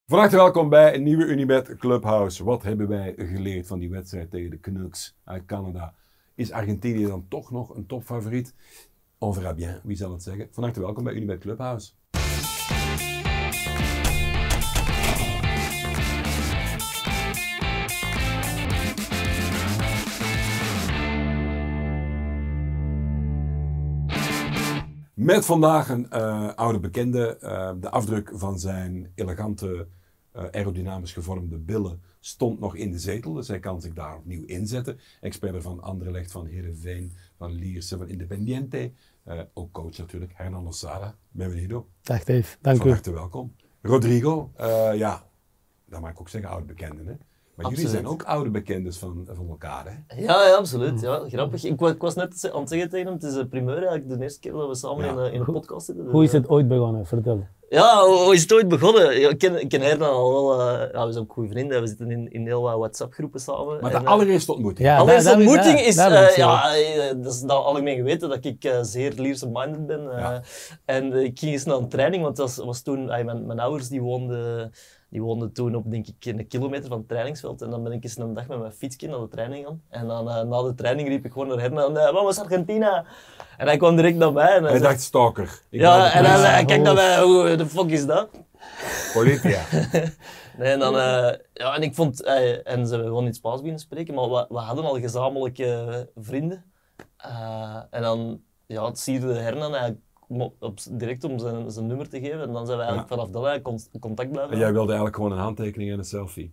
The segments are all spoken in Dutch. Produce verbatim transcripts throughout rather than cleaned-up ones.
Van harte welkom bij een nieuwe Unibet Clubhouse. Wat hebben wij geleerd van die wedstrijd tegen de Canucks uit Canada? Is Argentinië dan toch nog een topfavoriet? On verra bien, wie zal het zeggen? Van harte welkom bij Unibet Clubhouse. Met vandaag een uh, oude bekende. Uh, de afdruk van zijn elegante, uh, aerodynamisch gevormde billen stond nog in de zetel. Dus hij kan zich daar opnieuw inzetten. Expert van Anderlecht, van Heerenveen, van Lierse, van Independiente. Uh, ook coach natuurlijk, Hernan Losada. Bienvenido. Dag Dave, dank van u. Van harte welkom. Rodrigo, uh, ja, dat mag ik ook zeggen, oude bekende, hè? Maar Absoluut. jullie zijn ook oude bekendes van, van elkaar, hè? Ja, ja, absoluut. Ja, grappig. Ik was, ik was net aan het zeggen tegen hem, het is een primeur eigenlijk, de eerste keer dat we samen Ja. in, een- in een podcast zitten. Dus, Hoe is ja. het ooit begonnen? Vertel. Ja, hoe, hoe is het ooit begonnen? Ja, ik ken, ik ken Hernan al wel, uh, ja, we zijn ook goede vrienden, we zitten in, in heel wat WhatsApp-groepen samen. Maar En, de uh, allereerste ontmoeting. Ja, allereerste daar- daar- ontmoeting daar- is, daar ben ik uh, zo. ja, eh, dat is dat algemeen geweten dat ik uh, zeer Lierse-minded ben. Uh, Ja. En uh, ik ging eens naar een training, want dat was, was toen, uh, mijn, mijn ouders die woonden, die woonden toen op denk ik een kilometer van het trainingsveld. En dan ben ik eens een dag met mijn fietsje naar de training gaan. En dan uh, na de training riep ik gewoon naar Hernan, uh, vamos Argentina! En hij kwam direct naar mij. En hij Hij zei, dacht stalker. Ik ja, ben de en hij politie. zei, kijk naar mij, hoe de fuck is dat? Politia. Nee, en, dan, uh, ja, en ik vond, uh, en ze hebben gewoon in het Spaans beginnen spreken, maar we, we hadden al gezamenlijke vrienden. Uh, en dan ja, het sierde Hernan eigenlijk om op, op, direct om zijn, zijn nummer te geven. En dan zijn we eigenlijk Ja. vanaf dat eigenlijk con- contact blijven En jij wilde eigenlijk gewoon een handtekening en een selfie.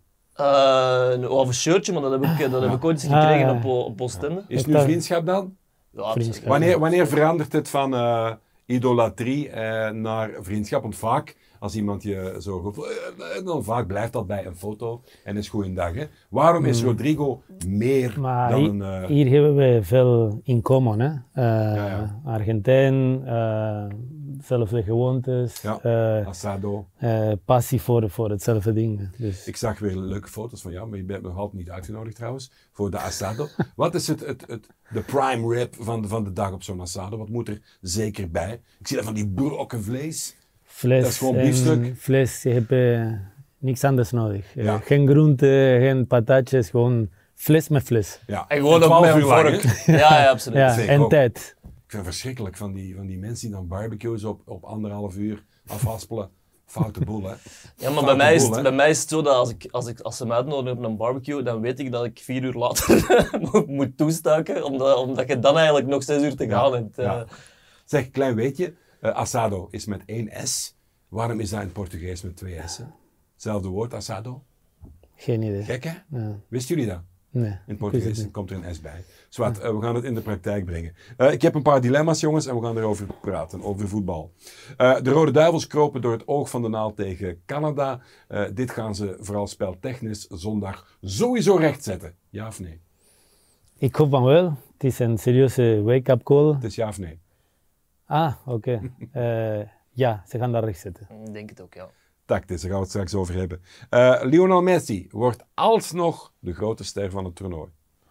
Uh, of een shirtje, maar dat heb ik, dat heb ik ooit eens Ah, gekregen ja. op, op Oostende. Is het Ik nu dacht- vriendschap dan? Ja, Vriendschap. Wanneer, wanneer verandert het van uh, idolatrie uh, naar vriendschap? Want vaak, als iemand je zo roept, uh, dan vaak blijft dat bij een foto en is goeiedag. Hè? Waarom is Rodrigo meer Maar dan hier, een... Uh, hier hebben we veel in common. Hè? Uh, ja. Argentijn, uh, zelfde gewoontes, Ja. uh, Asado. uh, passie voor, voor hetzelfde ding. Dus, Ik zag weer leuke foto's van jou, maar je bent nog altijd niet uitgenodigd trouwens, voor de asado. Wat is het, het, het, de prime rib van de, van de dag op zo'n asado? Wat moet er zeker bij? Ik zie daar van die brokken vlees. vlees, Dat is gewoon en biefstuk. vlees, je hebt uh, niks anders nodig. Uh, Ja. Geen groente, geen patatjes, gewoon vlees met vlees. Ja. En gewoon op twaalf met een uur lang, vork. hè? Ja, ja, absoluut. Ja, vind ik en ook. tijd. Ik vind het verschrikkelijk van die, van die mensen die dan barbecues op, op anderhalf uur afhaspelen. Foute boel, hè? Ja, maar Foute bij mij, is boel, het, hè? bij mij is het zo dat als, ik, als, ik, als ze me uitnodigen op een barbecue, dan weet ik dat ik vier uur later moet- moet toestuiken, omdat, omdat je dan eigenlijk nog zes uur te gaan hebt. eh. Ja. Zeg, klein weetje, uh, asado is met één S. Waarom is dat in het Portugees met twee S'en? Hetzelfde woord, asado. Geen idee. Gek, hè? Ja. Wisten jullie dat? Nee, In het ik wist het Portugees niet. komt er een S bij. Zwart, uh, we gaan het in de praktijk brengen. Uh, ik heb een paar dilemma's, jongens, en we gaan erover praten, over voetbal. Uh, de Rode Duivels kropen door het oog van de naald tegen Canada. Uh, dit gaan ze vooral speltechnisch zondag sowieso rechtzetten. Ja of nee? Ik hoop van wel. Het is een serieuze wake-up call. Het is ja of nee? Ah, oké. Eh, ja, ze gaan daar recht zetten. Ik denk het ook, ja. Tactisch, daar gaan we het straks over hebben. Uh, Lionel Messi wordt alsnog de grote ster van het toernooi.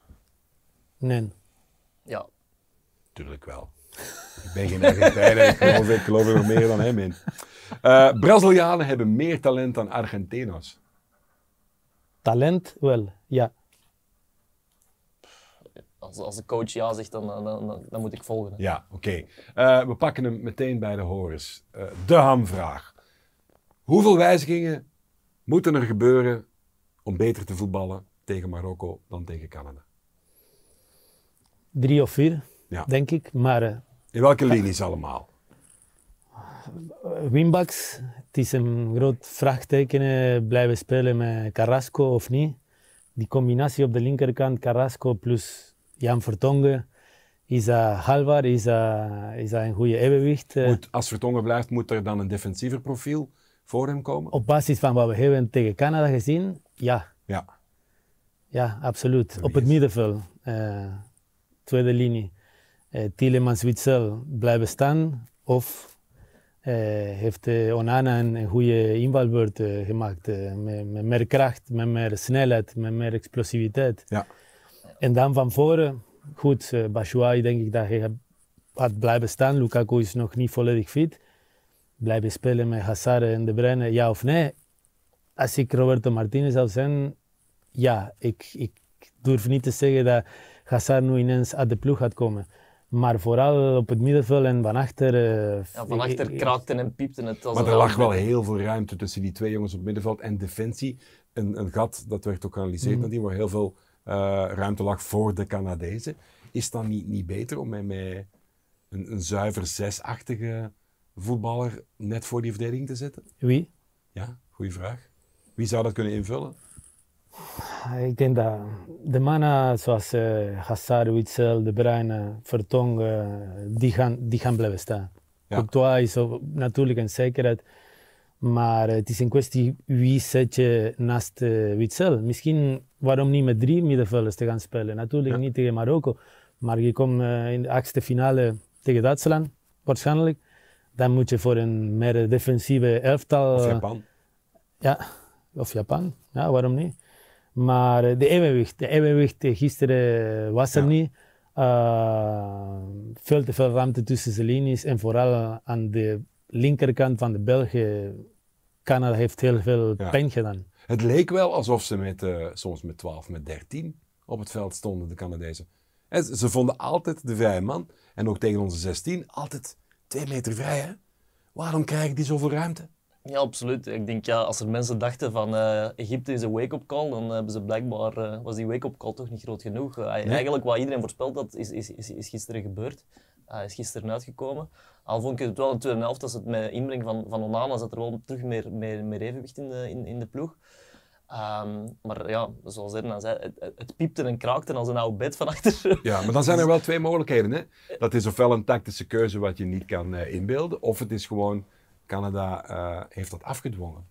Nee. Ja. Tuurlijk wel. Ik ben geen Argentijn en ik geloof, ik geloof er nog meer dan hem in. Uh, Brazilianen hebben meer talent dan Argentino's. Talent, wel, ja. Als, als de coach ja zegt, dan, dan, dan, dan moet ik volgen. hè. Ja, oké. Okay. Uh, we pakken hem meteen bij de horens. Uh, de hamvraag. Hoeveel wijzigingen moeten er gebeuren om beter te voetballen tegen Marokko dan tegen Canada? Drie of vier, Ja. denk ik. Maar uh, In welke linies allemaal? wingbacks, het is een groot vraagteken. uh, Blijven spelen met Carrasco of niet. Die combinatie op de linkerkant, Carrasco plus Jan Vertongen, is dat haalbaar? Is dat, is dat een goede evenwicht? Uh, Moet, als Vertongen blijft, moet er dan een defensiever profiel voor hem komen? Op basis van wat we hebben tegen Canada gezien, ja. Ja. Ja, absoluut. Wie Op het is- middenveld, uh, tweede linie, uh, Tielemans, Witsel blijven staan of uh, heeft uh, Onana een, een goede invalbeurt uh, gemaakt. Uh, met, met meer kracht, met meer snelheid, met meer explosiviteit. Ja. En dan van voren, goed, uh, Batshuayi denk ik dat hij had blijven staan. Lukaku is nog niet volledig fit. Blijven spelen met Hazard en De Bruyne, ja of nee? als ik Roberto Martinez zou zijn, ja, ik, ik durf niet te zeggen dat Hazard nu ineens uit de ploeg gaat komen. Maar vooral op het middenveld en van achter... Uh, ja, van achter kraakte en piepte het. Als maar er lag wel heel veel ruimte tussen die twee jongens op het middenveld en defensie. Een, een gat, dat werd ook geanalyseerd mm. nadien, waar heel veel uh, ruimte lag voor de Canadezen. Is dat niet, niet beter om met, met een, een zuiver zesachtige voetballer net voor die verdediging te zetten? Wie? Ja, goede vraag. Wie zou dat kunnen invullen? Ik denk dat de mannen zoals uh, Hazard, Witsel, De Bruyne, Vertonghen, uh, die, gaan, die gaan blijven staan. Ja. Courtois is ook, natuurlijk een zekerheid, maar uh, het is een kwestie wie zet je naast uh, Witsel. Misschien waarom niet met drie middenvelders te gaan spelen. Natuurlijk ja. niet tegen Marokko, maar je komt uh, in de achtste finale tegen Duitsland, waarschijnlijk. Dan moet je voor een meer defensieve elftal... Of Japan. Uh, ja, of Japan, ja, waarom niet? Maar de evenwicht, de evenwicht gisteren was er ja. niet. Uh, veel te veel ruimte tussen de linies en vooral aan de linkerkant van de Belgen. Canada heeft heel veel ja. pijn gedaan. Het leek wel alsof ze met, uh, soms met twaalf, met dertien op het veld stonden, de Canadezen. En ze vonden altijd de vrije man. En ook tegen onze zestien, altijd twee meter vrij. Hè? Waarom krijgen die zoveel ruimte? Ja, absoluut. Ik denk, ja, als er mensen dachten van uh, Egypte is een wake-up call, dan hebben ze blijkbaar, uh, was die wake-up call toch niet groot genoeg. Uh, nee. Eigenlijk wat iedereen voorspeld had, is, is, is, is gisteren gebeurd. Uh, is gisteren uitgekomen. Al vond ik het wel een tweede helft, als het met inbreng van, van Onana zat er wel terug meer, meer, meer evenwicht in de, in, in de ploeg. Um, maar ja, zoals Erna zei, het, het piepte en kraakte als een oude bed van achter. Ja, maar dan zijn er wel twee mogelijkheden. Hè? Dat is ofwel een tactische keuze wat je niet kan uh, inbeelden, of het is gewoon... Canada uh, heeft dat afgedwongen.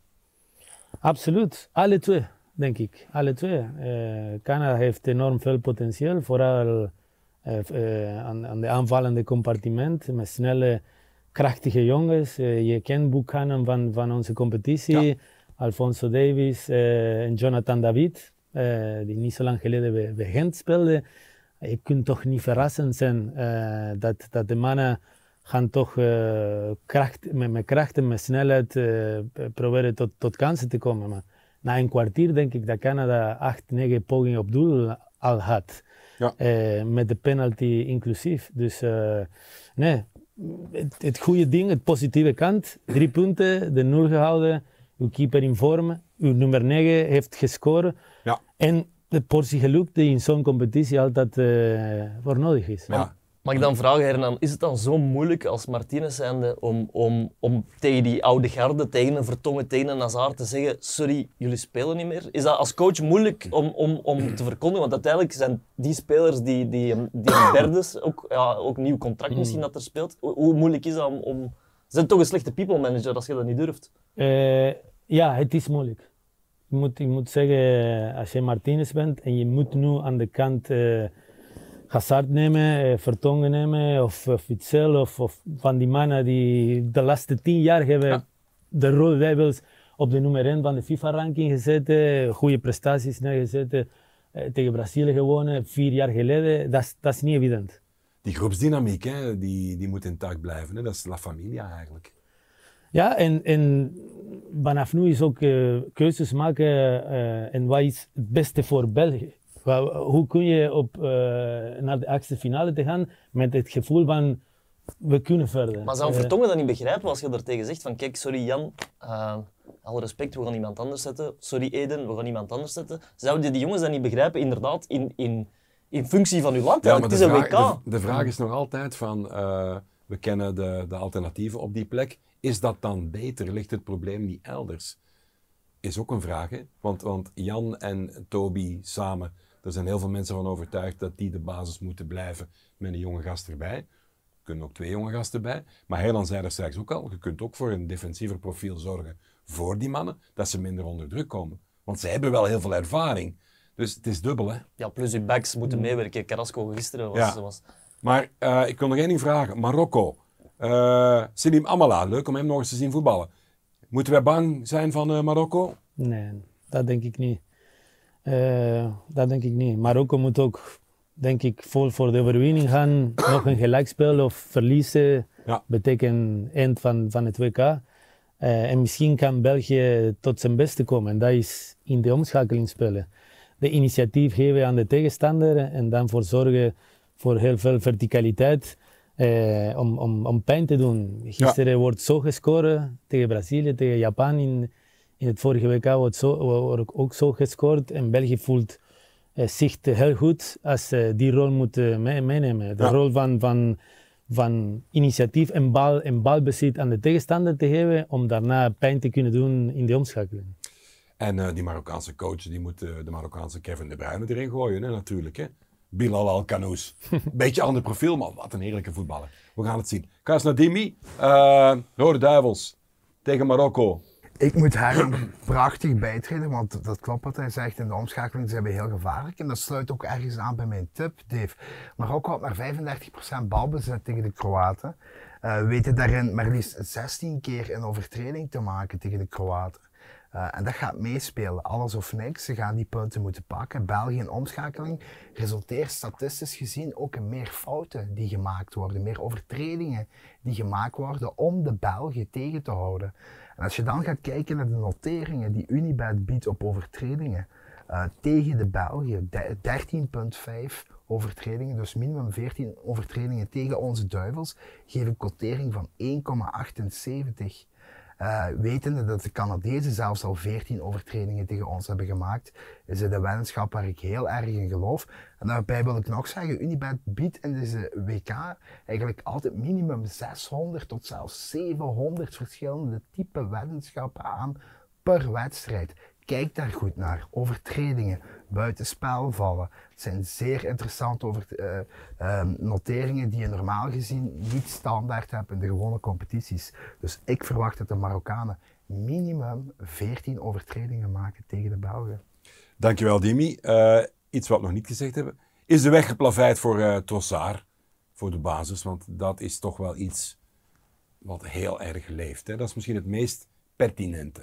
Absoluut, alle twee, denk ik. Alle twee. Uh, Canada heeft enorm veel potentieel, vooral uh, uh, aan, aan de aanvallende compartiment, met snelle, krachtige jongens. Uh, je kent Buchanan van, van onze competitie, ja. Alfonso Davies uh, en Jonathan David, uh, die niet zo lang geleden bij, bij Gent speelde. Je kunt toch niet verrassend zijn uh, dat, dat de mannen gaan toch uh, kracht, met, met kracht en met snelheid uh, proberen tot, tot kansen te komen. Maar na een kwartier denk ik dat Canada acht, negen pogingen op doel al had. Ja. Uh, met de penalty inclusief. Dus uh, nee, het, het goede ding, het positieve kant. Drie punten, de nul gehouden. Uw keeper in vorm. Uw nummer negen heeft gescoord. Ja. En de portie geluk die in zo'n competitie altijd uh, voor nodig is. Ja. Mag ik dan vragen, Hernan, is het dan zo moeilijk als Martinez zijnde om, om, om tegen die oude garde, tegen een Vertonghen, tegen een Hazard te zeggen sorry, jullie spelen niet meer? Is dat als coach moeilijk om, om, om te verkondigen? Want uiteindelijk zijn die spelers die, die, die een derde, ook, ja, ook een nieuw contract misschien dat er speelt. Hoe, hoe moeilijk is dat om... om... Ze zijn toch een slechte people manager als je dat niet durft? Uh, ja, het is moeilijk. Je moet, je moet zeggen, als je Martinez bent en je moet nu aan de kant... Uh, Hazard nemen, Vertonghen nemen of, of Witsel of, of van die mannen die de laatste tien jaar hebben ja. de Rode Duivels op de nummer één van de FIFA-ranking gezet, goede prestaties neergezet, tegen Brazilië gewonnen, vier jaar geleden. Dat is, dat is niet evident. Die groepsdynamiek, hè, die, die moet intact blijven. Hè? Dat is La Familia eigenlijk. Ja, en, en vanaf nu is ook uh, keuzes maken uh, en wat is het beste voor België. Hoe kun je op, uh, naar de achtste finale te gaan met het gevoel van we kunnen verder. Maar zou Vertonghen dat niet begrijpen als je er tegen zegt van kijk, sorry Jan, uh, alle respect, we gaan iemand anders zetten. Sorry Eden, we gaan iemand anders zetten. Zouden die jongens dat niet begrijpen, inderdaad, in, in, in functie van uw land? Ja, het is een W K. De, de vraag is nog altijd van, uh, we kennen de, de alternatieven op die plek. Is dat dan beter? Ligt het probleem niet elders? Is ook een vraag, hè? Want, want Jan en Toby samen... Er zijn heel veel mensen van overtuigd dat die de basis moeten blijven met een jonge gast erbij. Er kunnen ook twee jonge gasten bij. Maar Hernan zei er straks ook al, je kunt ook voor een defensiever profiel zorgen voor die mannen, dat ze minder onder druk komen. Want zij hebben wel heel veel ervaring. Dus het is dubbel, hè. Ja, plus die backs moeten meewerken. Carrasco gisteren was... Ja. was... Maar uh, ik wil nog één ding vragen. Marokko. Uh, Selim Amala, leuk om hem nog eens te zien voetballen. Moeten wij bang zijn van uh, Marokko? Nee, dat denk ik niet. Uh, dat denk ik niet. Marokko moet ook, denk ik, vol voor de overwinning gaan. Nog een gelijkspel of verliezen ja. betekent eind van, van het W K. Uh, en misschien kan België tot zijn beste komen. En dat is in de omschakeling spelen. De initiatief geven aan de tegenstander en dan voor zorgen voor heel veel verticaliteit. Uh, om, om, om pijn te doen. Gisteren ja. wordt zo gescoord tegen Brazilië, tegen Japan. In, in het vorige W K wordt, zo, wordt ook zo gescoord. En België voelt uh, zich heel goed als uh, die rol moet uh, mee, meenemen. De ja. rol van, van, van initiatief en, bal, en balbezit aan de tegenstander te geven. Om daarna pijn te kunnen doen in de omschakeling. En uh, die Marokkaanse coach die moet uh, de Marokkaanse Kevin De Bruyne erin gooien, hè, natuurlijk. Hè? Bilal Al-Kanous. Beetje ander profiel, maar wat een heerlijke voetballer. We gaan het zien. Kars Nadimi, uh, Rode Duivels tegen Marokko. Ik moet haar prachtig bijtreden, want dat klopt wat hij zegt in de omschakeling. Ze zijn heel gevaarlijk en dat sluit ook ergens aan bij mijn tip, Dave. Marokko had maar vijfendertig procent balbezit tegen de Kroaten. Uh, weten daarin maar liefst zestien keer een overtreding te maken tegen de Kroaten. Uh, en dat gaat meespelen, alles of niks. Ze gaan die punten moeten pakken. België in omschakeling resulteert statistisch gezien ook in meer fouten die gemaakt worden, meer overtredingen die gemaakt worden om de Belgen tegen te houden. En als je dan gaat kijken naar de noteringen die Unibet biedt op overtredingen uh, tegen de Belgen, dertien komma vijf overtredingen, dus minimum veertien overtredingen tegen onze Duivels, geeft een quotering van één komma achtenzeventig. Uh, wetende dat de Canadezen zelfs al veertien overtredingen tegen ons hebben gemaakt, is het een weddenschap waar ik heel erg in geloof. En daarbij wil ik nog zeggen, Unibet biedt in deze W K eigenlijk altijd minimum zeshonderd tot zelfs zevenhonderd verschillende type weddenschappen aan per wedstrijd. Kijk daar goed naar. Overtredingen, buitenspel vallen. Het zijn zeer interessante over, uh, uh, noteringen die je normaal gezien niet standaard hebt in de gewone competities. Dus ik verwacht dat de Marokkanen minimum veertien overtredingen maken tegen de Belgen. Dankjewel, Dimi. Uh, iets wat we nog niet gezegd hebben. Is de weg geplaveid voor uh, Trossard, voor de basis? Want dat is toch wel iets wat heel erg leeft. Hè? Dat is misschien het meest pertinente.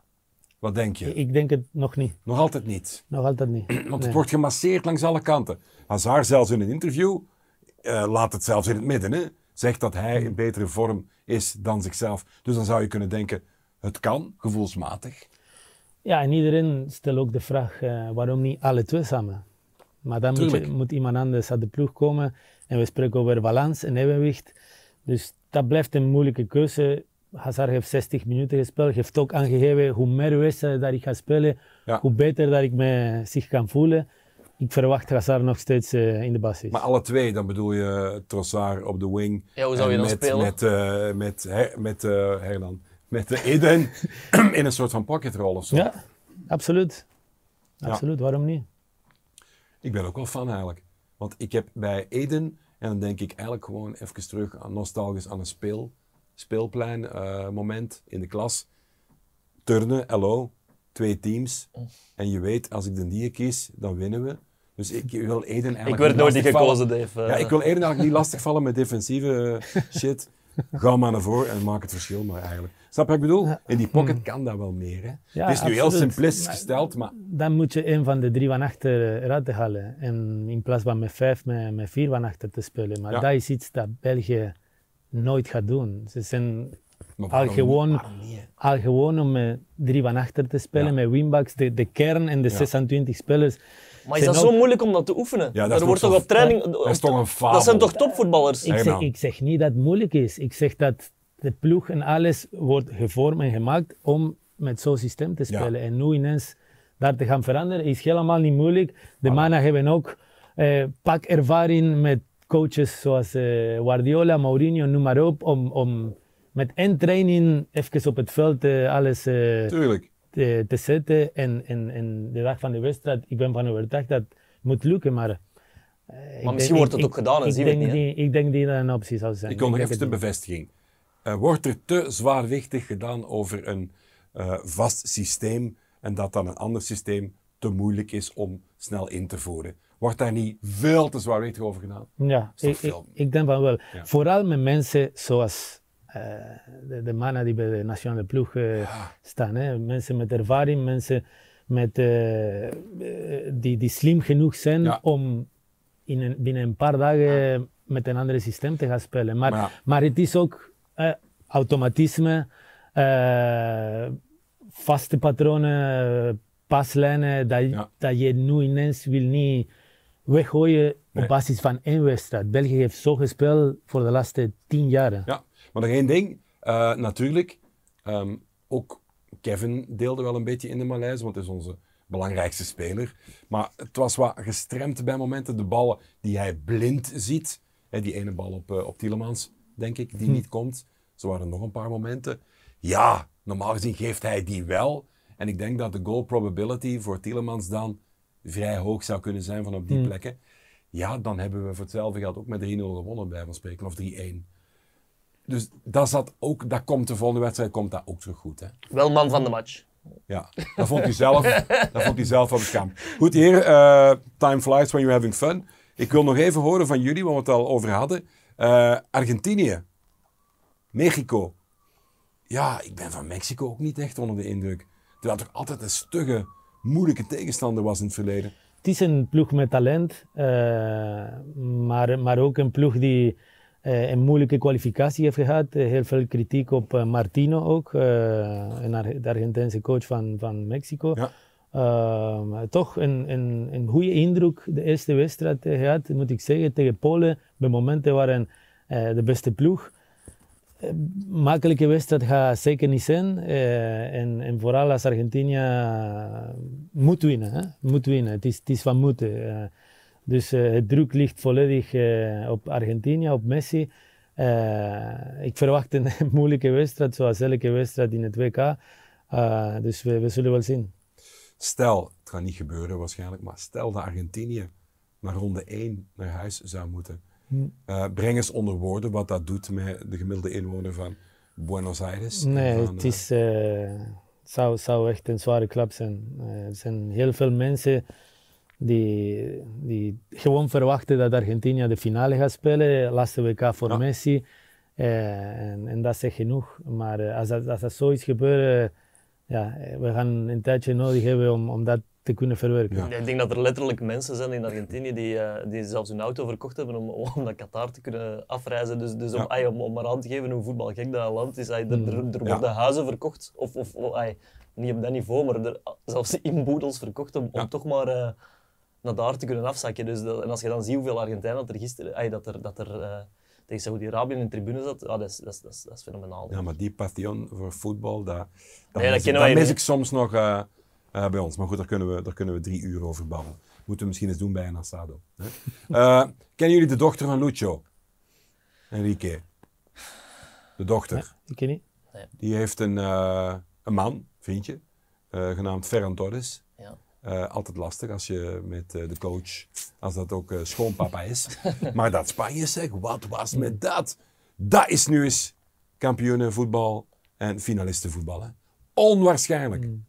Wat denk je? Ik denk het nog niet. Nog altijd niet? Nog altijd niet. Want het nee. wordt gemasseerd langs alle kanten. Hazard zelfs in een interview, uh, laat het zelfs in het midden, hè, zegt dat hij in betere vorm is dan zichzelf. Dus dan zou je kunnen denken, het kan, gevoelsmatig. Ja, en iedereen stelt ook de vraag, uh, waarom niet alle twee samen? Maar dan moet, je, moet iemand anders uit de ploeg komen en we spreken over balans en evenwicht. Dus dat blijft een moeilijke keuze. Hazard heeft zestig minuten gespeeld, heeft ook aangegeven hoe meer wedstrijden dat ik ga spelen, ja. hoe beter dat ik me zich kan voelen. Ik verwacht Hazard nog steeds uh, in de basis. Maar alle twee, dan bedoel je Trossard op de wing. Ja, hoe zou je dan met, spelen? Met, uh, met, her, met uh, Hernan, met uh, Eden in een soort van pocketrol of zo. Ja, absoluut. Absoluut, ja. Waarom niet? Ik ben ook wel fan eigenlijk. Want ik heb bij Eden, en dan denk ik eigenlijk gewoon even terug aan nostalgisch aan een speel. Speelplein, uh, moment in de klas. Turnen, L O, twee teams. En je weet, als ik de die kies, dan winnen we. Dus ik wil Eden eigenlijk Ik werd nooit niet gekozen, Dave. Ja, ik wil Eden eigenlijk niet lastigvallen met defensieve uh, shit. Ga maar naar voren en maak het verschil maar eigenlijk. Snap je wat ik bedoel? In die pocket kan dat wel meer. Hè? Ja, het is nu absoluut. heel simplistisch gesteld, maar... Dan moet je een van de drie van achter eruit halen. En in plaats van met vijf, met, met vier van achter te spelen. Maar ja. dat is iets dat België nooit gaat doen. Ze zijn al gewoon, al gewoon om met drie van achter te spelen, ja. met wingbacks, de, de kern en de ja. zesentwintig spelers. Maar is dat ook zo moeilijk om dat te oefenen? Ja, dat er wordt toch op training... Dat, dat is toch een fabel. Dat zijn toch topvoetballers? Ik zeg, ik zeg niet dat het moeilijk is. Ik zeg dat de ploeg en alles wordt gevormd en gemaakt om met zo'n systeem te spelen. Ja. En nu ineens daar te gaan veranderen is helemaal niet moeilijk. De voilà. mannen hebben ook eh, pak ervaring met coaches zoals uh, Guardiola, Mourinho, noem maar op, om, om met één training even op het veld uh, alles uh, te, te zetten. En, en, en de dag van de wedstrijd, ik ben van overtuigd dat het moet lukken, maar... Uh, maar misschien denk, wordt het ik, ook gedaan en zien we het niet. Die, ik denk die dat een optie zou zijn. Ik kom nog even de bevestiging. Uh, wordt er te zwaarwichtig gedaan over een uh, vast systeem en dat dan een ander systeem te moeilijk is om snel in te voeren? Wordt daar niet veel te zwaarwichtig over gedaan? Ja, ik, ik, ik denk van wel. Ja. Vooral met mensen zoals uh, de, de mannen die bij de nationale ploeg uh, ja. staan. Hè. Mensen met ervaring, mensen met, uh, die, die slim genoeg zijn ja. om in een, binnen een paar dagen ja. met een ander systeem te gaan spelen. Maar, maar, ja. maar het is ook uh, automatisme. uh, vaste patronen, paslijnen, dat, Ja. dat je nu ineens wil niet weggooien Nee. op basis van één wedstrijd. België heeft zo gespeeld voor de laatste tien jaren. Ja, maar nog één ding. Uh, natuurlijk, um, ook Kevin deelde wel een beetje in de malaise, want hij is onze belangrijkste speler. Maar het was wat gestremd bij momenten. De ballen die hij blind ziet. Hè, die ene bal op, uh, op Tielemans, denk ik, die hm. niet komt. Zo waren er nog een paar momenten. Ja, normaal gezien geeft hij die wel. En ik denk dat de goal probability voor Tielemans dan vrij hoog zou kunnen zijn van op die hm. plekken. Ja, dan hebben we voor hetzelfde geld ook met drie nul gewonnen bij van spreken, of drie één. Dus dat, zat ook, dat komt de volgende wedstrijd komt dat ook terug goed. Hè? Wel man van de match. Ja, dat vond hij zelf, dat vond hij zelf wel beschaamd. Goed, hier, uh, time flies when you're having fun. Ik wil nog even horen van jullie, waar we het al over hadden. Uh, Argentinië, Mexico. Ja, ik ben van Mexico ook niet echt onder de indruk. Terwijl het toch altijd een stugge, moeilijke tegenstander was in het verleden. Het is een ploeg met talent, uh, maar, maar ook een ploeg die uh, een moeilijke kwalificatie heeft gehad. Uh, heel veel kritiek op uh, Martino ook, uh, de Argentijnse coach van, van Mexico. Ja. Uh, toch een, een, een goede indruk de eerste wedstrijd gehad, moet ik zeggen. Tegen Polen, bij momenten waren uh, de beste ploeg. Uh, makkelijke wedstrijd gaat zeker niet zijn. Uh, en, en vooral als Argentinië uh, moet winnen. Hè? Moet winnen. Het is, het is van moeten. Uh, dus uh, het druk ligt volledig uh, op Argentinië, op Messi. Uh, ik verwacht een moeilijke wedstrijd, zoals elke wedstrijd in het W K. Uh, dus we, we zullen wel zien. Stel, het gaat niet gebeuren waarschijnlijk, maar stel dat Argentinië naar ronde één naar huis zou moeten. Uh, breng eens onder woorden wat dat doet met de gemiddelde inwoner van Buenos Aires. Nee, van, het is, uh, zou, zou echt een zware klap zijn. Uh, er zijn heel veel mensen die, die gewoon verwachten dat Argentinië de finale gaat spelen. Laatste W K voor ja. Messi. Uh, en, en dat zegt genoeg. Maar uh, als, dat, als dat zo is gebeurd, uh, ja, we gaan een tijdje nodig hebben om, om dat te kunnen verwerken. Ja. Ja, ik denk dat er letterlijk mensen zijn in Argentinië die, uh, die zelfs hun auto verkocht hebben om, om naar Qatar te kunnen afreizen. Dus, dus om, ja. ay, om, om maar aan te geven hoe voetbalgek dat land is. Ay, er, er, er worden ja. huizen verkocht, of, of ay, niet op dat niveau, maar er, zelfs inboedels verkocht om, ja. om toch maar uh, naar daar te kunnen afzakken. Dus dat, en als je dan ziet hoeveel Argentijnen dat er gisteren, ay, dat er, dat er uh, tegen Saudi-Arabië in de tribune zat, ja, dat, is, dat, is, dat, is, dat is fenomenaal. Ja, maar die passion voor voetbal, dat, dat, nee, mis, dat, dat mis ik soms nog uh, uh, bij ons. Maar goed, daar kunnen, we, daar kunnen we drie uur over babbelen. Moeten we misschien eens doen bij een Asado. Hè? Uh, kennen jullie de dochter van Lucho? Enrique. De dochter. Ja, ik ken niet. Die heeft een, uh, een man, vriendje, uh, genaamd Ferran Torres. Ja. Uh, altijd lastig als je met uh, de coach, als dat ook uh, schoonpapa is. Maar dat Spanje zegt, wat was met dat? Dat is nu eens kampioenenvoetbal en finalistenvoetbal. Hè? Onwaarschijnlijk. Mm.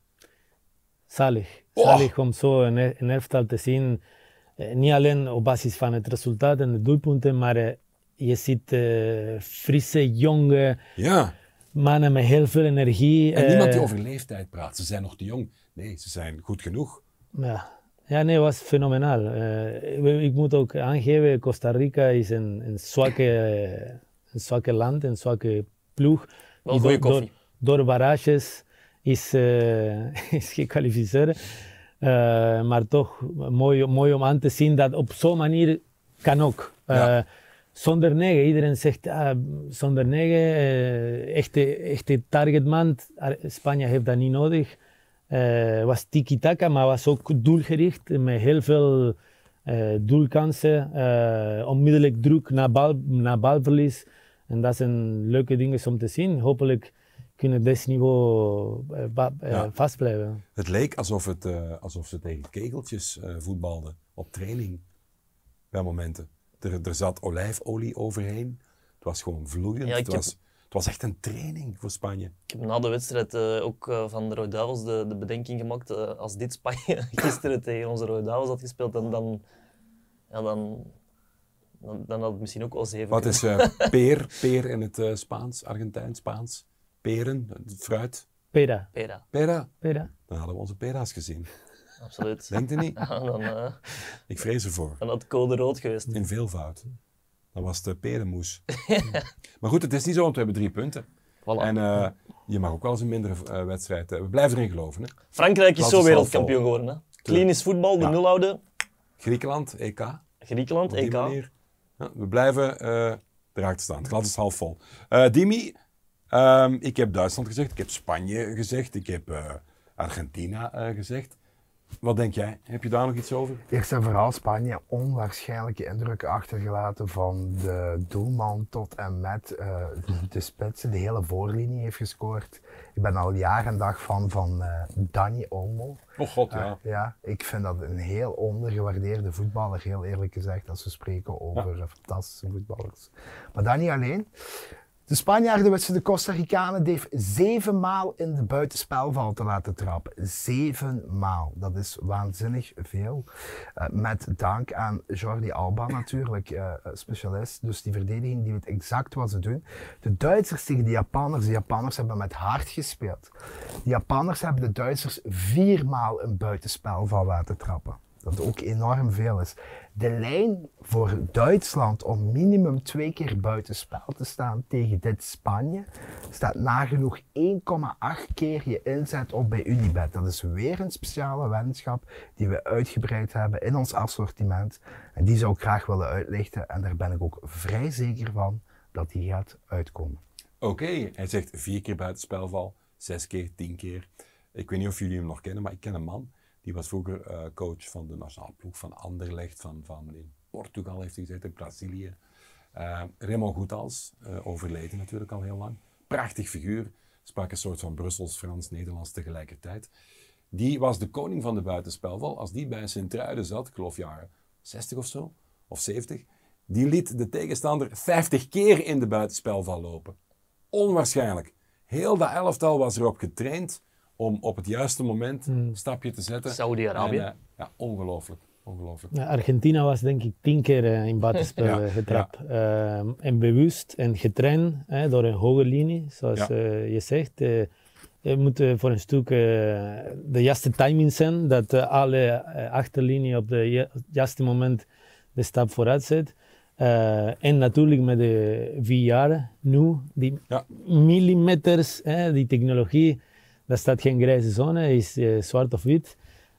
Zalig. Zalig oh. om zo een, een elftal te zien. Uh, niet alleen op basis van het resultaat en de doelpunten, maar uh, je ziet uh, frisse, jonge ja. mannen met heel veel energie. En uh, niemand die over leeftijd praat. Ze zijn nog te jong. Nee, ze zijn goed genoeg. Ja, ja nee, het was fenomenaal. Uh, ik moet ook aangeven, Costa Rica is een, een, zwakke, uh, een zwakke land, een zwakke ploeg. Wel goede koffie. Door, door barrages is, uh, is gekwalificeerd. Uh, maar toch mooi, mooi om aan te zien dat op zo'n manier kan ook. Uh, ja. Zonder negen, iedereen zegt uh, zonder negen, uh, echte, echte targetman. Spanje heeft dat niet nodig. Het uh, was tiki-taka, maar was ook doelgericht met heel veel uh, doelkansen. Uh, onmiddellijk druk naar, bal, naar balverlies. En dat zijn leuke dingen om te zien. Hopelijk kunnen dit niveau uh, uh, ja. vast blijven. Het leek alsof, het, uh, alsof ze tegen kegeltjes uh, voetbalden op training bij momenten. Er, er zat olijfolie overheen. Het was gewoon vloeiend. Ja, het, was, heb... het was echt een training voor Spanje. Ik heb na de wedstrijd uh, ook uh, van de Rode Duivels de, de bedenking gemaakt. Uh, als dit Spanje gisteren tegen onze Rode Duivels had gespeeld, dan, dan, ja, dan, dan, dan had het misschien ook wel zeven. Wat is uh, peer, peer in het uh, Spaans, Argentijns, Spaans? Peren, fruit? Pera. Pera. Pera? Pera. Dan hadden we onze pera's gezien. Absoluut. Denkt u niet? Ja, dan, uh, ik vrees ervoor. Dan had het code rood geweest. In veelvoud. Dan was het perenmoes. Maar goed, het is niet zo, want we hebben drie punten. Voilà. En uh, je mag ook wel eens een mindere uh, wedstrijd. Uh, we blijven erin geloven. Hè? Frankrijk is Laat zo het wereldkampioen geworden. Hè? Klinisch voetbal, de Ja. nul houden. Griekenland, E K. Griekenland, Op die E K. manier. Ja, we blijven uh, erachter staan. Het glas is half vol. Uh, Dimi, um, ik heb Duitsland gezegd, ik heb Spanje gezegd, ik heb uh, Argentina uh, gezegd. Wat denk jij? Heb je daar nog iets over? Eerst en vooral Spanje onwaarschijnlijke indrukken achtergelaten van de doelman tot en met uh, de spitsen. De hele voorlinie heeft gescoord. Ik ben al jaar en dag fan van uh, Dani Olmo. Oh god, ja. Uh, ja. Ik vind dat een heel ondergewaardeerde voetballer, heel eerlijk gezegd, als we spreken over ja. fantastische voetballers. Maar dat niet alleen. De Spanjaarden wisten de Costa Ricanen Dave zevenmaal in de buitenspelval te laten trappen. Zevenmaal. Dat is waanzinnig veel. Uh, met dank aan Jordi Alba natuurlijk, uh, specialist. Dus die verdediging die weet exact wat ze doen. De Duitsers tegen de Japanners. De Japanners hebben met hart gespeeld. De Japanners hebben de Duitsers viermaal een buitenspelval laten trappen. Dat ook enorm veel is. De lijn voor Duitsland om minimum twee keer buitenspel te staan tegen dit Spanje staat nagenoeg één komma acht keer je inzet op bij Unibet. Dat is weer een speciale weddenschap die we uitgebreid hebben in ons assortiment. En die zou ik graag willen uitlichten en daar ben ik ook vrij zeker van dat die gaat uitkomen. Oké, okay. Hij zegt vier keer buitenspelval, zes keer, tien keer. Ik weet niet of jullie hem nog kennen, maar ik ken een man. Die was vroeger uh, coach van de nationale ploeg van Anderlecht, van, van in Portugal heeft hij gezeten, in Brazilië. Uh, Raymond Goethals, uh, overleden natuurlijk al heel lang. Prachtig figuur, sprak een soort van Brussels, Frans, Nederlands tegelijkertijd. Die was de koning van de buitenspelval. Als die bij Sint-Truiden zat, ik geloof jaren zestig of zo, of zeventig, die liet de tegenstander vijftig keer in de buitenspelval lopen. Onwaarschijnlijk. Heel dat elftal was erop getraind om op het juiste moment een hmm. stapje te zetten. Saudi-Arabië. Uh, ja, ongelooflijk. ongelooflijk. Ja, Argentina was denk ik tien keer uh, in buitenspel ja, getrapt. Ja. Uh, en bewust en getraind uh, door een hoge linie, zoals ja. uh, je zegt. Uh, je moet uh, voor een stuk uh, de juiste timing zijn, dat uh, alle uh, achterlinie op het juiste moment de stap vooruit zet. Uh, en natuurlijk met de V R nu, die ja. millimeters, uh, die technologie. Daar staat geen grijze zone, is uh, zwart of wit.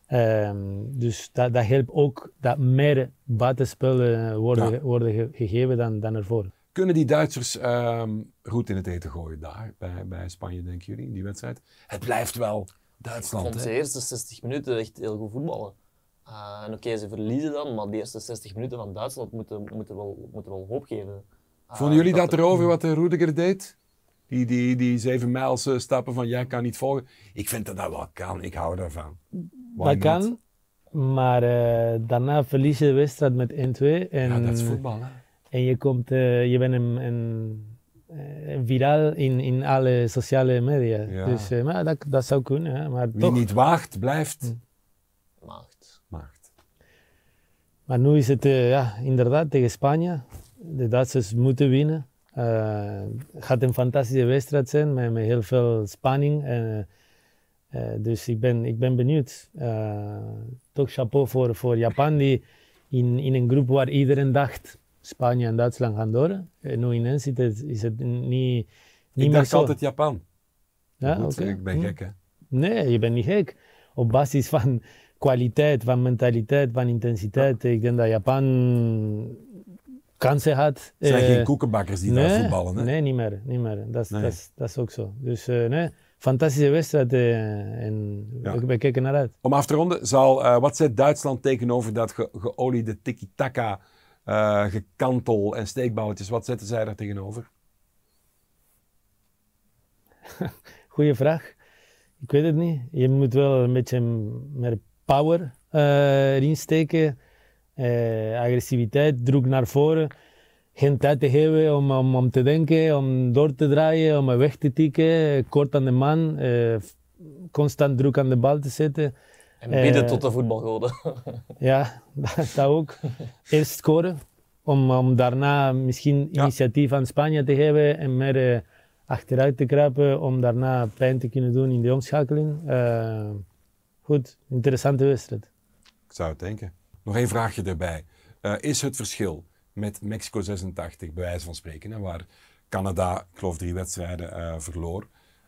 Um, dus dat, dat helpt ook dat meer buitenspellen worden, ja. worden ge gegeven dan, dan ervoor. Kunnen die Duitsers um, goed in het eten gooien daar bij, bij Spanje, denken jullie, in die wedstrijd? Het blijft wel Duitsland. Ik vond hè? de eerste zestig minuten echt heel goed voetballen. Uh, en oké, okay, ze verliezen dan, maar de eerste zestig minuten van Duitsland moeten, moeten, wel, moeten wel hoop geven. Uh, Vonden jullie dat, dat erover wat de Rudiger deed? Die, die, die zeven mijls uh, stappen van jij kan niet volgen. Ik vind dat dat wel kan, ik hou daarvan. Why dat not? Kan, maar uh, daarna verlies je de wedstrijd met één twee. En, ja, dat is voetbal, hè? En je, komt, uh, je bent een, een, een viraal in, in alle sociale media. Ja. Dus uh, maar dat, dat zou kunnen. Hè? Maar wie toch, niet waagt, blijft. Hm. Maagt. Maagt. Maar nu is het uh, ja, inderdaad tegen Spanje. De Duitsers moeten winnen. Het uh, gaat een fantastische wedstrijd zijn met, met heel veel spanning. Uh, uh, dus ik ben, ik ben benieuwd. Uh, toch chapeau voor, voor Japan, die in, in een groep waar iedereen dacht Spanje en Duitsland gaan door. Uh, nu ineens is het, is het niet, niet ik meer dacht zo. altijd Japan. Ja, Goed, okay. Ik ben gek, hè? Nee, je bent niet gek. Op basis van kwaliteit, van mentaliteit, van intensiteit. Ja. Ik denk dat Japan kansen had. Het zijn uh, geen koekenbakkers die nee, daar voetballen, hè? Nee, niet meer. Niet meer. Dat is nee. dat ook zo. Dus uh, nee, fantastische wedstrijd uh, en ja. we, we kijken naar uit. Om af te ronden, zal, uh, wat zet Duitsland tegenover dat ge geoliede tiki-taka, uh, gekantel en steekballetjes? Wat zetten zij daar tegenover? Goeie vraag. Ik weet het niet. Je moet wel een beetje meer power uh, erin steken. Uh, agressiviteit, druk naar voren. Geen tijd te hebben om, om, om te denken, om door te draaien, om weg te tikken. Kort aan de man. Uh, constant druk aan de bal te zetten. En bidden uh, tot de voetbalgoden. Ja, dat, dat ook. Eerst scoren. Om, om daarna misschien ja. initiatief aan Spanje te hebben en meer uh, achteruit te kruipen. Om daarna pijn te kunnen doen in de omschakeling. Uh, goed, interessante wedstrijd. Ik zou het denken. Nog één vraagje erbij. Uh, is het verschil met Mexico zesentachtig, bij wijze van spreken, hè, waar Canada, ik geloof drie wedstrijden, uh, verloor.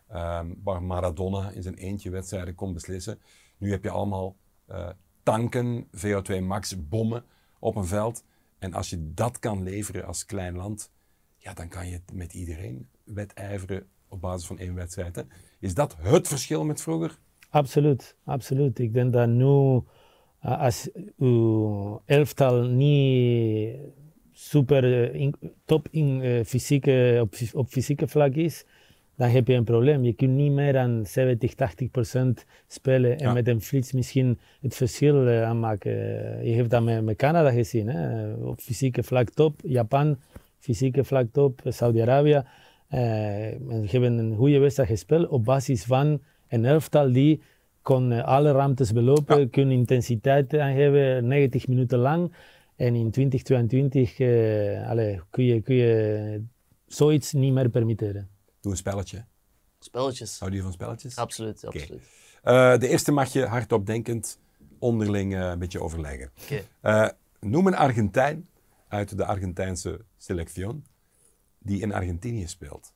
um, waar Maradona in zijn eentje wedstrijden kon beslissen. Nu heb je allemaal uh, tanken, V O twee max bommen op een veld. En als je dat kan leveren als klein land, ja, dan kan je met iedereen wedijveren op basis van één wedstrijd. Hè. Is dat het verschil met vroeger? Absoluut, absoluut. Ik denk dat nu, uh, als uw elftal niet super uh, in, top in uh, fysieke, op, op fysieke vlak is, dan heb je een probleem. Je kunt niet meer dan zeventig, tachtig procent spelen en ja. met een flits misschien het verschil uh, aanmaken. Uh, je hebt dat met, met Canada gezien, hè? Op fysieke vlak top, Japan, fysieke vlak top, Saudi-Arabië. Uh, we hebben een goede wedstrijd gespeeld op basis van een elftal die kon uh, alle ruimtes belopen, ja. kunnen intensiteit aangeven, negentig minuten lang. En in twintig tweeëntwintig uh, allez, kun, je, kun je zoiets niet meer permitteren. Doe een spelletje. Spelletjes. Hou je van spelletjes? Absoluut, absoluut. Okay. Uh, de eerste mag je hardop denkend onderling uh, een beetje overleggen. Okay. Uh, noem een Argentijn uit de Argentijnse selección die in Argentinië speelt.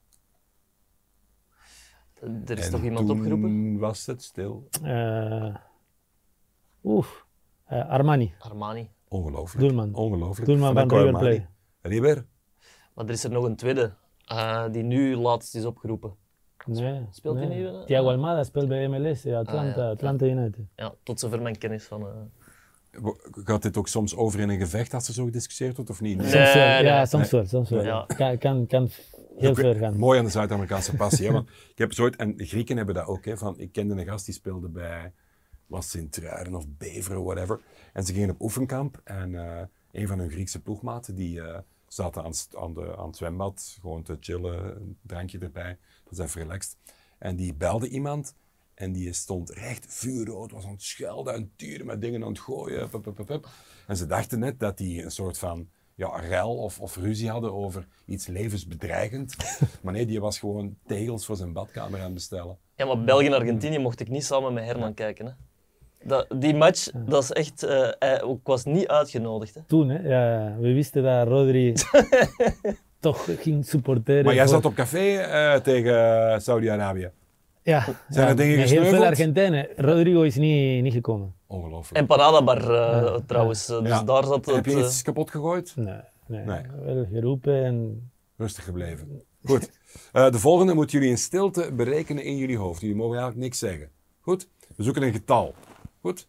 Er is en toch iemand toen opgeroepen? Was het stil. Uh, Oef, uh, Armani. Armani. Ongelooflijk. Doelman. Ongelooflijk. Doelman van, van River Plate. River. Maar er is er nog een tweede, uh, die nu laatst is opgeropen. Nee, Speelt hij nee. niet? Thiago Almada speelt bij M L S, Atlanta, ah, ja. Atlanta United. Ja, tot zover mijn kennis van... Uh... Gaat dit ook soms over in een gevecht als er zo gediscussieerd wordt of niet? Nee, soms wel, nee. ja, soms wel. Soms wel. Ja. Kan, kan, kan heel ver gaan. Mooi aan de Zuid-Amerikaanse passie. Hè? Want ik heb zo ooit, en de Grieken hebben dat ook. Hè, van, ik kende een gast die speelde bij was Sint-Truiden of Beveren, whatever. En ze gingen op oefenkamp en uh, een van hun Griekse ploegmaten die uh, zaten aan, aan, de, aan het zwembad, gewoon te chillen, een drankje erbij. Dat is even relaxed. En die belde iemand en die stond recht vuurrood, was aan het schelden en turen met dingen aan het gooien. Pup, pup, pup, pup. En ze dachten net dat die een soort van ja, rel of, of ruzie hadden over iets levensbedreigend. Maar nee, die was gewoon tegels voor zijn badkamer aan het bestellen. Ja, maar België en Argentinië mocht ik niet samen met Herman kijken. Hè. Dat, die match, dat is echt... Uh, ik was niet uitgenodigd. Hè. Toen, hè? Ja, we wisten dat Rodri toch ging supporteren. Maar jij voor... zat op café uh, tegen uh, Saudi-Arabië. Ja, zijn er ja, dingen met heel gesneuveld? veel Argentijnen. Rodrigo is niet, niet gekomen. Ongelooflijk. En Parada Bar uh, Ja. trouwens. Dus Ja. daar zat het... Heb je uh, iets kapot gegooid? Nee, nee. Nee. Wel geroepen en... Rustig gebleven. Goed. Uh, de volgende moeten jullie in stilte berekenen in jullie hoofd. Jullie mogen eigenlijk niks zeggen. Goed? We zoeken een getal. Goed?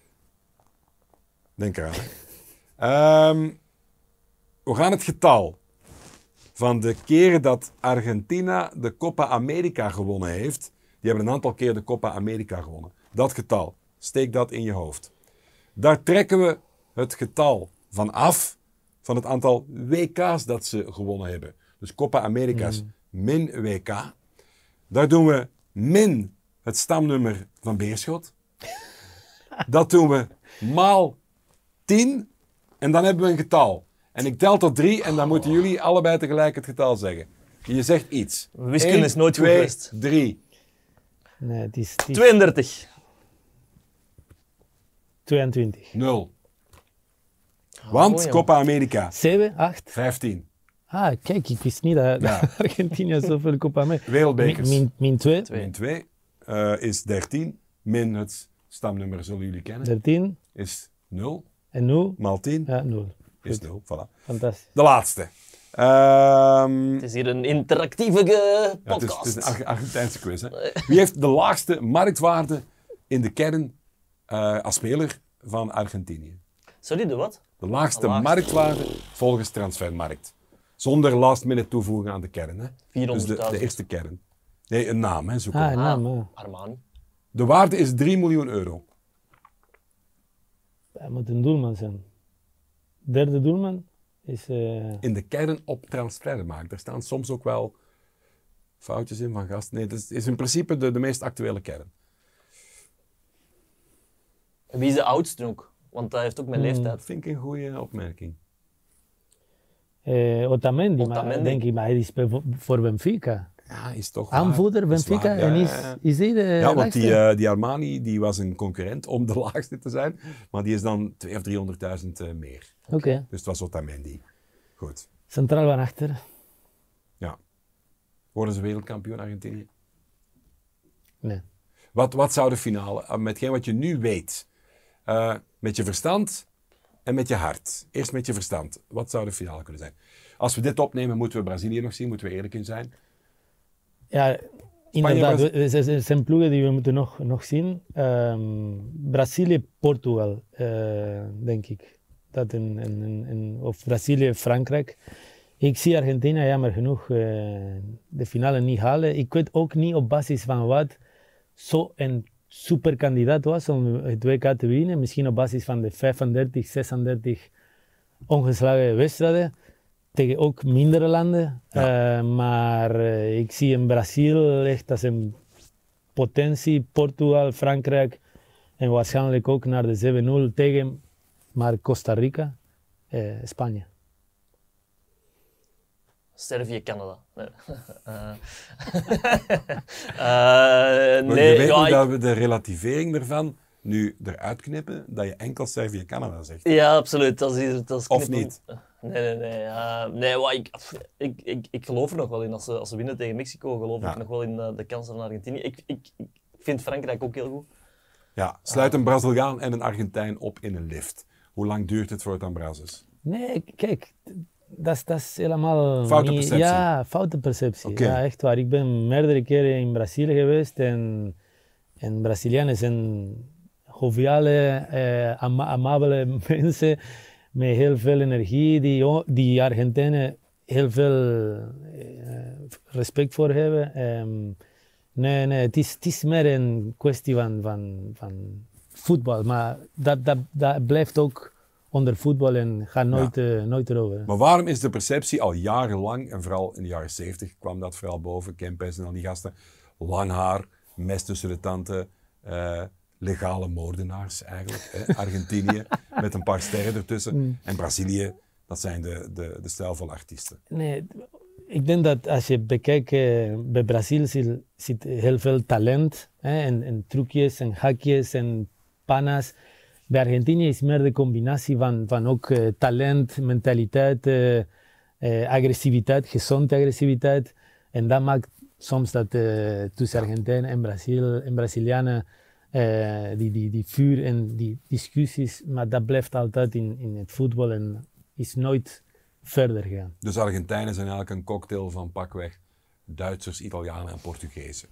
Denk eraan. Um, we gaan het getal van de keren dat Argentina de Copa America gewonnen heeft. Die hebben een aantal keer de Copa America gewonnen. Dat getal. Steek dat in je hoofd. Daar trekken we het getal van af van het aantal W K's dat ze gewonnen hebben. Dus Copa America's mm. min W K. Daar doen we min het stamnummer van Beerschot. Dat doen we maal tien. En dan hebben we een getal. En ik tel tot drie en dan moeten jullie allebei tegelijk het getal zeggen. Je zegt iets. Wiskunde is nooit goed twee, geweest. drie. Nee, het is... Het is tweeëndertig. tweeëntwintig. nul. Want mooi, Copa America. zeven, acht. vijftien. Ah, kijk, ik wist niet dat, Ja. dat Argentinië zoveel Copa America... Wereldbekers. Min, min, min twee. Twee. Min twee uh, is dertien. Min het stamnummer zullen jullie kennen. dertien. Is nul. En nul? Maal tien Ja, nul. is Goed. nul. Voilà. Fantastisch. De laatste. Um, Het is hier een interactieve uh, ja, het, is, podcast. het is een Arge- Argentijnse quiz. Hè. Wie heeft de laagste marktwaarde in de kern uh, als speler van Argentinië? Sorry, de wat? De laagste De laagste. marktwaarde volgens Transfermarkt. Zonder last minute toevoegen aan de kern. Hè. Dus de, vierhonderdduizend. de eerste kern. Nee, een naam. Hè, zoek Ah, op. een naam, ja. Armani. De waarde is drie miljoen euro. Hij moet een doelman zijn. Derde doelman is... Uh... In de kern op Transfermarkt. Daar staan soms ook wel foutjes in van gast. Nee, dat is, is in principe de, de meest actuele kern. Wie is de oudste ook? Want hij heeft ook mijn Hmm. leeftijd. Dat vind ik een goede opmerking. Uh, Otamendi, maar Otamendi. denk ik, maar hij speelt voor, voor Benfica. Ja, is toch Aanvoerder waar. Is Benfica waar. en Ja, is, ja, ja. is hij de Ja, want laagste? die, uh, die Armani die was een concurrent om de laagste te zijn. Maar die is dan tweehonderd of driehonderdduizend uh, meer. Oké, okay. Dus het was Otamendi. Goed. Centraal van achter. Ja. Worden ze wereldkampioen Argentinië? Nee. Wat, wat zou de finale, uh, met wat je nu weet, uh, met je verstand en met je hart. Eerst met je verstand. Wat zou de finale kunnen zijn? Als we dit opnemen, moeten we Brazilië nog zien, moeten we eerlijk in zijn. Ja, inderdaad. Er zijn ploegen die we moeten nog, nog zien. Um, Brazilië, Portugal, uh, denk ik. Dat in, in, in, of Brazilië, Frankrijk. Ik zie Argentinië jammer genoeg uh, de finale niet halen. Ik weet ook niet op basis van wat zo'n superkandidaat was om het W K te winnen. Misschien op basis van de vijfendertig, zesendertig ongeslagen wedstrijden. Tegen ook mindere landen. Ja. Uh, maar uh, ik zie in Brazil echt als een potentie. Portugal, Frankrijk en waarschijnlijk ook naar de zeven nul tegen maar Costa Rica, uh, Spanje. Servië, Canada. Nee. uh, uh, nee, je weet ja, nu ik... dat we de relativering ervan nu eruit knippen, dat je enkel Servië, Canada zegt. Ja, absoluut. Dat is, dat is of niet? Nee, nee, nee. Uh, nee well, ik, ik, ik, ik geloof er nog wel in. Als ze, als ze winnen tegen Mexico, geloof ja. ik nog wel in uh, de kansen van Argentinië. Ik, ik, ik vind Frankrijk ook heel goed. Ja, sluit een Braziliaan en een Argentijn op in een lift. Hoe lang duurt het voor het aan Braz is? Nee, kijk, dat is helemaal... Foute niet, perceptie? Ja, foute perceptie. Okay. Ja, echt waar. Ik ben meerdere keren in Brazilië geweest en, en Brazilianen zijn joviale, eh, ama amabele mensen met heel veel energie, die, die Argentijnen heel veel eh, respect voor hebben. Um, nee, nee, het is, het is meer een kwestie van, van, van voetbal, maar dat, dat, dat blijft ook onder voetbal en gaat nooit, ja. uh, nooit erover. Maar waarom is de perceptie al jarenlang, en vooral in de jaren zeventig kwam dat vooral boven, Kempes en al die gasten, lang haar, mes tussen de tanden, uh, legale moordenaars eigenlijk, hè? Argentinië met een paar sterren ertussen mm. en Brazilië, dat zijn de, de, de stijlvolle artiesten. Nee, ik denk dat als je bekijkt, uh, bij Brazil zit, zit heel veel talent, hè? En, en trucjes en hakjes en panas. Bij Argentinië is meer de combinatie van, van ook uh, talent, mentaliteit, uh, uh, agressiviteit, gezonde agressiviteit. En dat maakt soms dat uh, tussen Argentijnen en, Brazil, en Brazilianen uh, die, die, die vuur en die discussies, maar dat blijft altijd in, in het voetbal en is nooit verder gegaan. Dus Argentijnen zijn eigenlijk een cocktail van pakweg Duitsers, Italianen en Portugezen.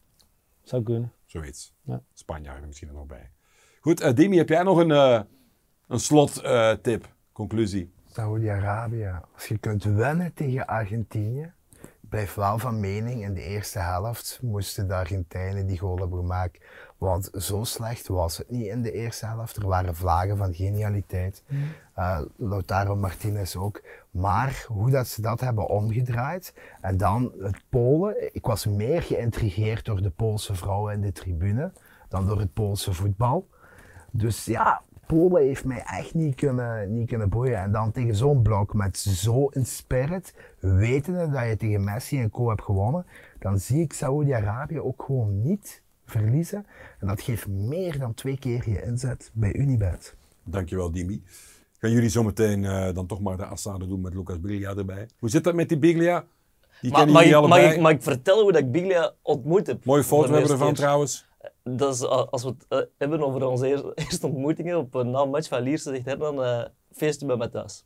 Zou kunnen. Zoiets. Ja. Spanjaarden misschien er nog bij. Goed, uh, Dimi, heb jij nog een, uh, een slottip, uh, conclusie? Saoedi-Arabië. Als je kunt winnen tegen Argentinië, blijf wel van mening, in de eerste helft moesten de Argentijnen die goal hebben gemaakt. Want zo slecht was het niet in de eerste helft. Er waren vlagen van genialiteit. Mm. Uh, Lautaro Martinez ook. Maar hoe dat ze dat hebben omgedraaid. En dan het Polen. Ik was meer geïntrigeerd door de Poolse vrouwen in de tribune dan door het Poolse voetbal. Dus ja, Polen heeft mij echt niet kunnen, niet kunnen boeien. En dan tegen zo'n blok met zo'n spirit, wetende dat je tegen Messi en co hebt gewonnen, dan zie ik Saoedi-Arabië ook gewoon niet verliezen. En dat geeft meer dan twee keer je inzet bij Unibet. Dankjewel, Dimi. Gaan jullie zometeen uh, dan toch maar de assade doen met Lucas Biglia erbij? Hoe zit dat met die Biglia? Die maar, mag, ik, mag, ik, mag ik vertellen hoe dat ik Biglia ontmoet heb? Mooie foto hebben we ervan keer. Trouwens. Dat is, als we het uh, hebben over onze eerste ontmoetingen op een na match van Lierse, zegt Hernan, uh, feestje bij mij thuis.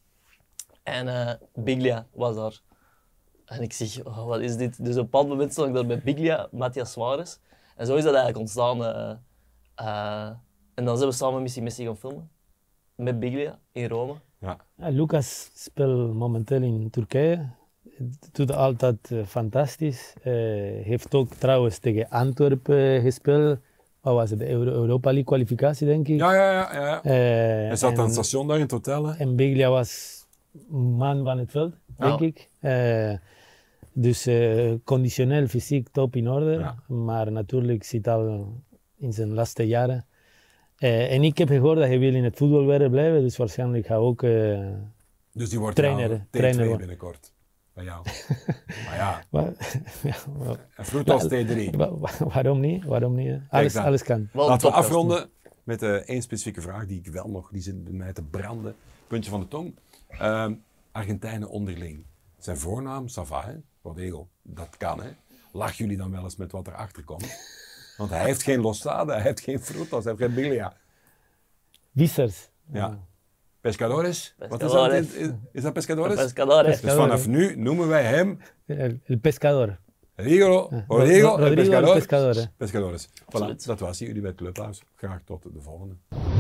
En uh, Biglia was daar. En ik zeg, oh, wat is dit? Dus op een bepaald moment stond ik daar met Biglia, Matthias Suarez. En zo is dat eigenlijk ontstaan. Uh, uh, en dan zijn we samen Missie Messi gaan filmen. Met Biglia in Rome. Ja. Ja, Lucas speelt momenteel in Turkije. Het doet altijd uh, fantastisch. Uh, heeft ook trouwens tegen Antwerpen uh, gespeeld. Wat was het? De Euro Europa League kwalificatie, denk ik. Ja, ja, ja. ja. Uh, Hij zat aan het station daar in het hotel. Hè? En Biglia was man van het veld, denk ja. ik. Uh, dus uh, conditioneel, fysiek top in orde. Ja. Maar natuurlijk zit al in zijn laatste jaren. Uh, en ik heb gehoord dat hij wil in het voetbalwereld blijven. Dus waarschijnlijk gaat ook uh, dus die wordt trainer, T twee binnenkort. Bij jou. Maar ja. ja en Frutos T drie. Waarom niet? Waarom niet? Alles, alles kan. Laten we afronden met uh, één specifieke vraag die ik wel nog, die zit bij mij te branden. Puntje van de tong. Uh, Argentijnen onderling. Zijn voornaam, Sava, hè? Rodrigo. Dat kan, hè? lachen jullie dan wel eens met wat erachter komt? Want hij heeft geen Losada, hij heeft geen Frutos, hij heeft geen Biglia. Vissers. Ja. Pescadores? Wat is dat? Pescadores. Is, is dat Pescadores? Pescadores. Dus vanaf nu noemen wij hem El, el pescador. Rodrigo, Ja. Rodrigo, Rodrigo el el Pescadores. Pescador, hè. Pescadores. Voilà, Absoluut. dat was hij. Jullie bij het Clubhuis. Graag tot de volgende.